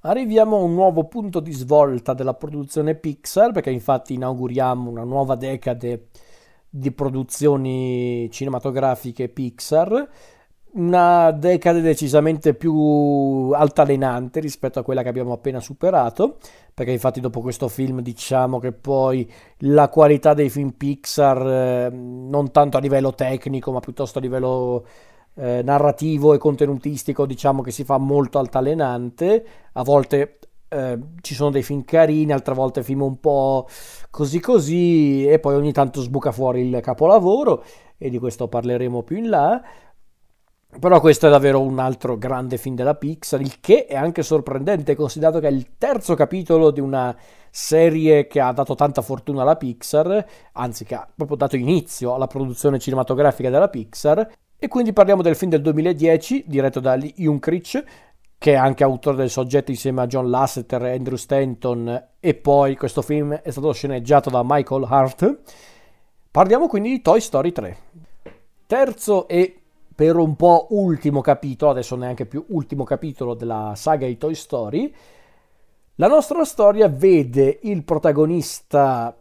Arriviamo a un nuovo punto di svolta della produzione Pixar, perché infatti inauguriamo una nuova decade di produzioni cinematografiche Pixar, una decade decisamente più altalenante rispetto a quella che abbiamo appena superato, perché infatti dopo questo film diciamo che poi la qualità dei film Pixar, non tanto a livello tecnico, ma piuttosto a livello narrativo e contenutistico, diciamo che si fa molto altalenante. A volte ci sono dei film carini, altre volte film un po' così così, e poi ogni tanto sbuca fuori il capolavoro, e di questo parleremo più in là. Però questo è davvero un altro grande film della Pixar, il che è anche sorprendente, considerato che è il terzo capitolo di una serie che ha dato tanta fortuna alla Pixar, anzi che ha proprio dato inizio alla produzione cinematografica della Pixar. E quindi parliamo del film del 2010, diretto da Lee Unkrich, che è anche autore del soggetto insieme a John Lasseter e Andrew Stanton, e poi questo film è stato sceneggiato da Michael Hart. Parliamo quindi di Toy Story 3. Terzo e per un po' ultimo capitolo, adesso neanche più ultimo capitolo della saga di Toy Story. La nostra storia vede il protagonista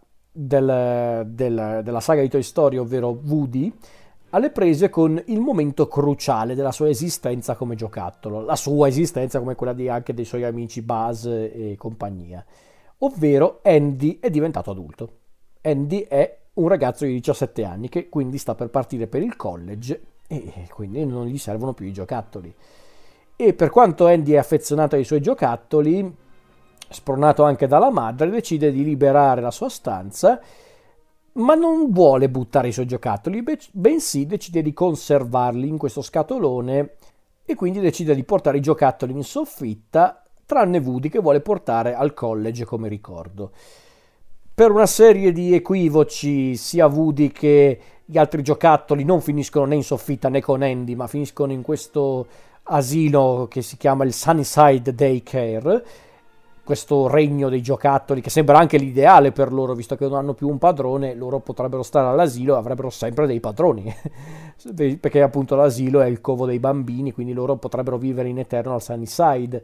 della saga di Toy Story, ovvero Woody, alle prese con il momento cruciale della sua esistenza come giocattolo, la sua esistenza come quella anche dei suoi amici Buzz e compagnia, ovvero Andy è diventato adulto. Andy è un ragazzo di 17 anni che quindi sta per partire per il college e quindi non gli servono più i giocattoli. E per quanto Andy è affezionato ai suoi giocattoli, spronato anche dalla madre, decide di liberare la sua stanza, ma non vuole buttare i suoi giocattoli, bensì decide di conservarli in questo scatolone, e quindi decide di portare i giocattoli in soffitta, tranne Woody che vuole portare al college come ricordo. Per una serie di equivoci, sia Woody che gli altri giocattoli non finiscono né in soffitta né con Andy, ma finiscono in questo asilo che si chiama il Sunnyside Daycare, questo regno dei giocattoli che sembra anche l'ideale per loro, visto che non hanno più un padrone, loro potrebbero stare all'asilo e avrebbero sempre dei padroni, perché appunto l'asilo è il covo dei bambini, quindi loro potrebbero vivere in eterno al Sunnyside.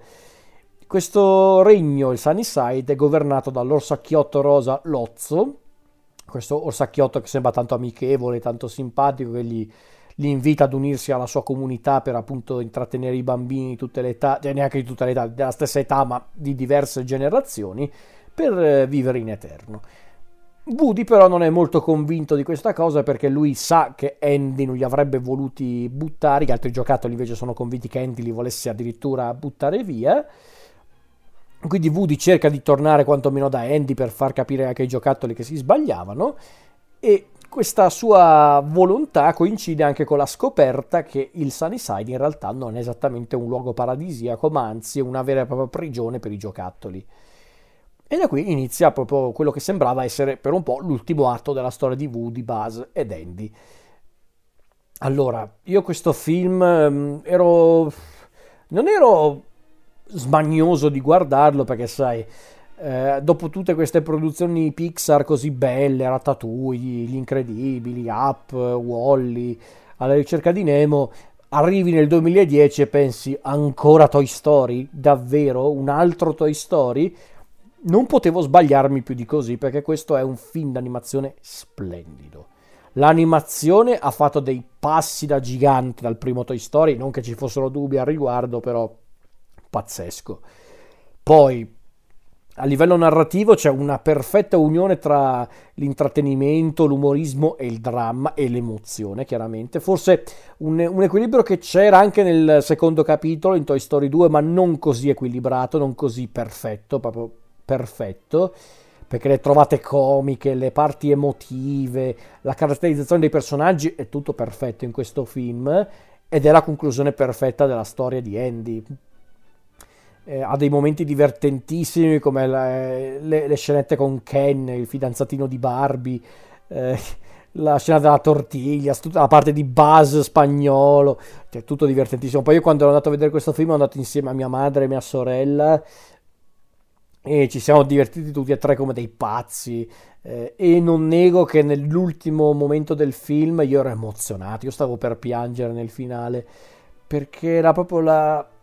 Questo regno, il Sunnyside, è governato dall'orsacchiotto rosa Lozzo, questo orsacchiotto che sembra tanto amichevole, tanto simpatico, che li invita ad unirsi alla sua comunità per appunto intrattenere i bambini di tutte le età, neanche di tutte le età, della stessa età, ma di diverse generazioni, per vivere in eterno. Woody però non è molto convinto di questa cosa, perché lui sa che Andy non li avrebbe voluti buttare, gli altri giocattoli invece sono convinti che Andy li volesse addirittura buttare via. Quindi Woody cerca di tornare quantomeno da Andy per far capire anche ai giocattoli che si sbagliavano, e questa sua volontà coincide anche con la scoperta che il Sunnyside in realtà non è esattamente un luogo paradisiaco, ma anzi è una vera e propria prigione per i giocattoli. E da qui inizia proprio quello che sembrava essere per un po' l'ultimo atto della storia di Woody, Buzz ed Andy. Allora, io questo film non ero smagnoso di guardarlo, perché sai, dopo tutte queste produzioni Pixar così belle, Ratatouille, Gli Incredibili, Up, Wall-E, Alla ricerca di Nemo, arrivi nel 2010 e pensi ancora Toy Story? Davvero? Un altro Toy Story? Non potevo sbagliarmi più di così, perché questo è un film d'animazione splendido. L'animazione ha fatto dei passi da gigante dal primo Toy Story, non che ci fossero dubbi al riguardo, però pazzesco. Poi a livello narrativo c'è una perfetta unione tra l'intrattenimento, l'umorismo e il dramma e l'emozione, chiaramente. Forse un equilibrio che c'era anche nel secondo capitolo in Toy Story 2, ma non così equilibrato, non così perfetto, proprio perfetto, perché le trovate comiche, le parti emotive, la caratterizzazione dei personaggi è tutto perfetto in questo film, ed è la conclusione perfetta della storia di Andy. Ha dei momenti divertentissimi, come le scenette con Ken, il fidanzatino di Barbie, la scena della tortiglia, tutta la parte di Buzz spagnolo, cioè tutto divertentissimo. Poi io quando ero andato a vedere questo film ero andato insieme a mia madre e mia sorella, e ci siamo divertiti tutti e tre come dei pazzi, e non nego che nell'ultimo momento del film io ero emozionato, io stavo per piangere nel finale, perché era proprio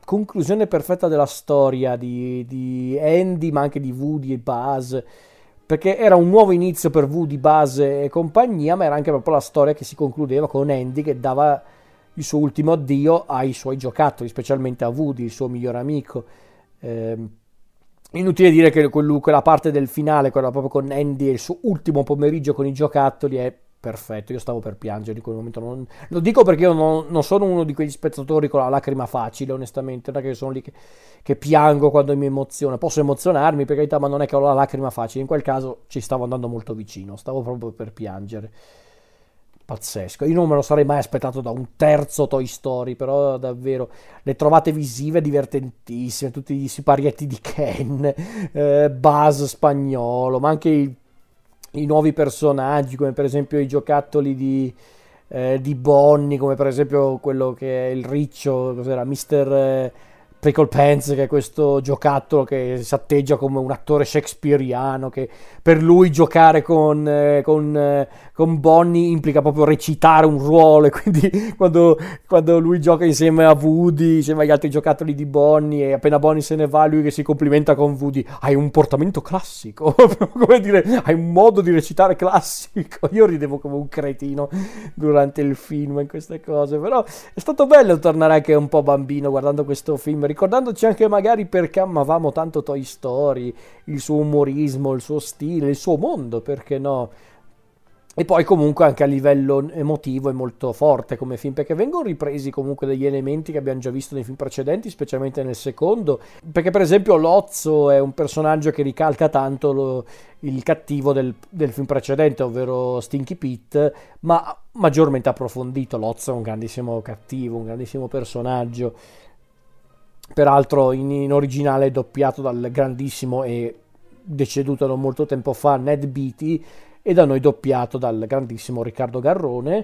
conclusione perfetta della storia di Andy, ma anche di Woody e Buzz, perché era un nuovo inizio per Woody, Buzz e compagnia, ma era anche proprio la storia che si concludeva con Andy che dava il suo ultimo addio ai suoi giocattoli, specialmente a Woody, il suo migliore amico. Ehm, Inutile dire che quella parte del finale, quella proprio con Andy e il suo ultimo pomeriggio con i giocattoli, è perfetto. Io stavo per piangere in quel momento. Lo dico perché io non sono uno di quegli spettatori con la lacrima facile, onestamente. Non è che sono lì che piango quando mi emoziona. Posso emozionarmi, per carità, ma non è che ho la lacrima facile. In quel caso ci stavo andando molto vicino, stavo proprio per piangere. Pazzesco, io non me lo sarei mai aspettato da un terzo Toy Story, però davvero le trovate visive divertentissime, tutti i siparietti di Ken, Buzz spagnolo, ma anche i nuovi personaggi, come per esempio i giocattoli di Bonnie, come per esempio quello che è il riccio, cos'era, Mr. Pickle Pants, che è questo giocattolo che si atteggia come un attore shakespeariano, che per lui giocare con Bonnie implica proprio recitare un ruolo, e quindi quando lui gioca insieme a Woody, insieme agli altri giocattoli di Bonnie, e appena Bonnie se ne va, lui che si complimenta con Woody, hai un portamento classico, come dire, hai un modo di recitare classico. Io ridevo come un cretino durante il film in queste cose, però è stato bello tornare anche un po' bambino guardando questo film, ricordandoci anche magari perché amavamo tanto Toy Story, il suo umorismo, il suo stile, il suo mondo, perché no? E poi comunque anche a livello emotivo è molto forte come film, perché vengono ripresi comunque degli elementi che abbiamo già visto nei film precedenti, specialmente nel secondo, perché per esempio Lozzo è un personaggio che ricalca tanto il cattivo del film precedente, ovvero Stinky Pete, ma maggiormente approfondito. Lozzo è un grandissimo cattivo, un grandissimo personaggio, peraltro in originale è doppiato dal grandissimo e deceduto non molto tempo fa Ned Beatty, e da noi doppiato dal grandissimo Riccardo Garrone.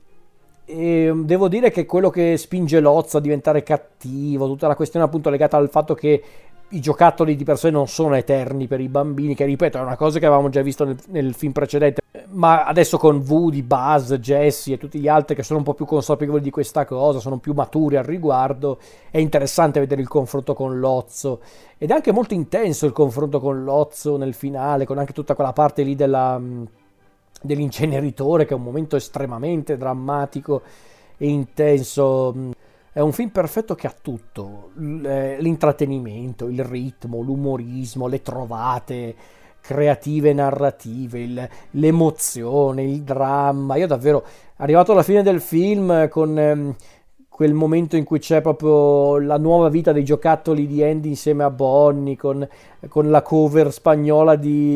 E devo dire che quello che spinge Lozzo a diventare cattivo, tutta la questione appunto legata al fatto che i giocattoli di per sé non sono eterni per i bambini, che ripeto è una cosa che avevamo già visto nel film precedente, ma adesso con Woody, Buzz, Jessie e tutti gli altri che sono un po' più consapevoli di questa cosa, sono più maturi al riguardo, è interessante vedere il confronto con Lozzo, ed è anche molto intenso il confronto con Lozzo nel finale, con anche tutta quella parte lì dell'inceneritore, che è un momento estremamente drammatico e intenso. È un film perfetto che ha tutto, l'intrattenimento, il ritmo, l'umorismo, le trovate creative narrative, l'emozione, il dramma. Io davvero, arrivato alla fine del film, con quel momento in cui c'è proprio la nuova vita dei giocattoli di Andy insieme a Bonnie, con la cover spagnola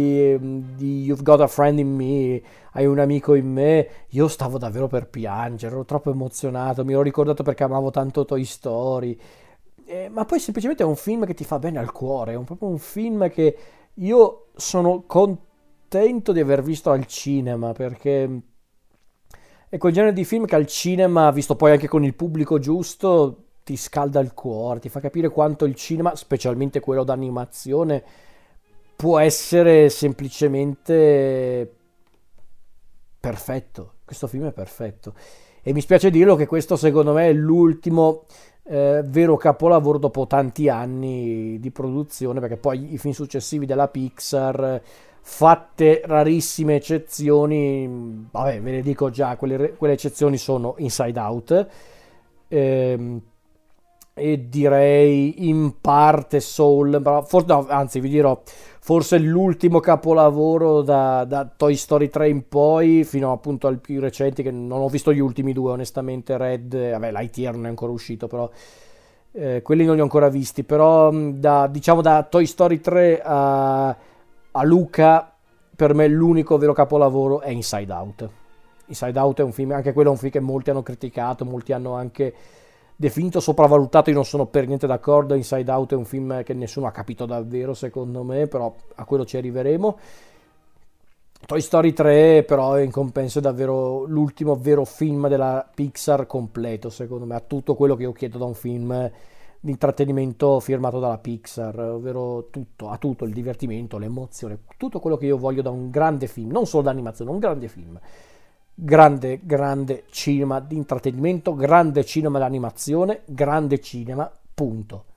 di You've Got a Friend in Me, hai un amico in me, io stavo davvero per piangere, ero troppo emozionato, mi ero ricordato perché amavo tanto Toy Story. Ma poi semplicemente è un film che ti fa bene al cuore, è proprio un film che io sono contento di aver visto al cinema, perché è quel genere di film che al cinema, visto poi anche con il pubblico giusto, ti scalda il cuore, ti fa capire quanto il cinema, specialmente quello d'animazione, può essere semplicemente perfetto. Questo film è perfetto. E mi spiace dirlo che questo secondo me è l'ultimo vero capolavoro dopo tanti anni di produzione, perché poi i film successivi della Pixar, fatte rarissime eccezioni, vabbè, ve le dico già, quelle eccezioni sono Inside Out, e direi in parte Soul, però forse, no, anzi vi dirò, forse l'ultimo capolavoro da Toy Story 3 in poi, fino appunto al più recente, che non ho visto gli ultimi due onestamente, Red, vabbè, Lightyear non è ancora uscito, però quelli non li ho ancora visti, però diciamo da Toy Story 3 a Luca, per me l'unico vero capolavoro è Inside Out. Inside Out è un film, anche quello è un film che molti hanno criticato, molti hanno anche definito sopravvalutato, io non sono per niente d'accordo. Inside Out è un film che nessuno ha capito davvero secondo me, però a quello ci arriveremo. Toy Story 3 però in compenso è davvero l'ultimo vero film della Pixar completo, secondo me ha tutto quello che io chiedo da un film di intrattenimento firmato dalla Pixar, ovvero tutto, ha tutto, il divertimento, l'emozione, tutto quello che io voglio da un grande film, non solo d'animazione, un grande film. Grande cinema di intrattenimento, grande cinema d'animazione, grande cinema punto.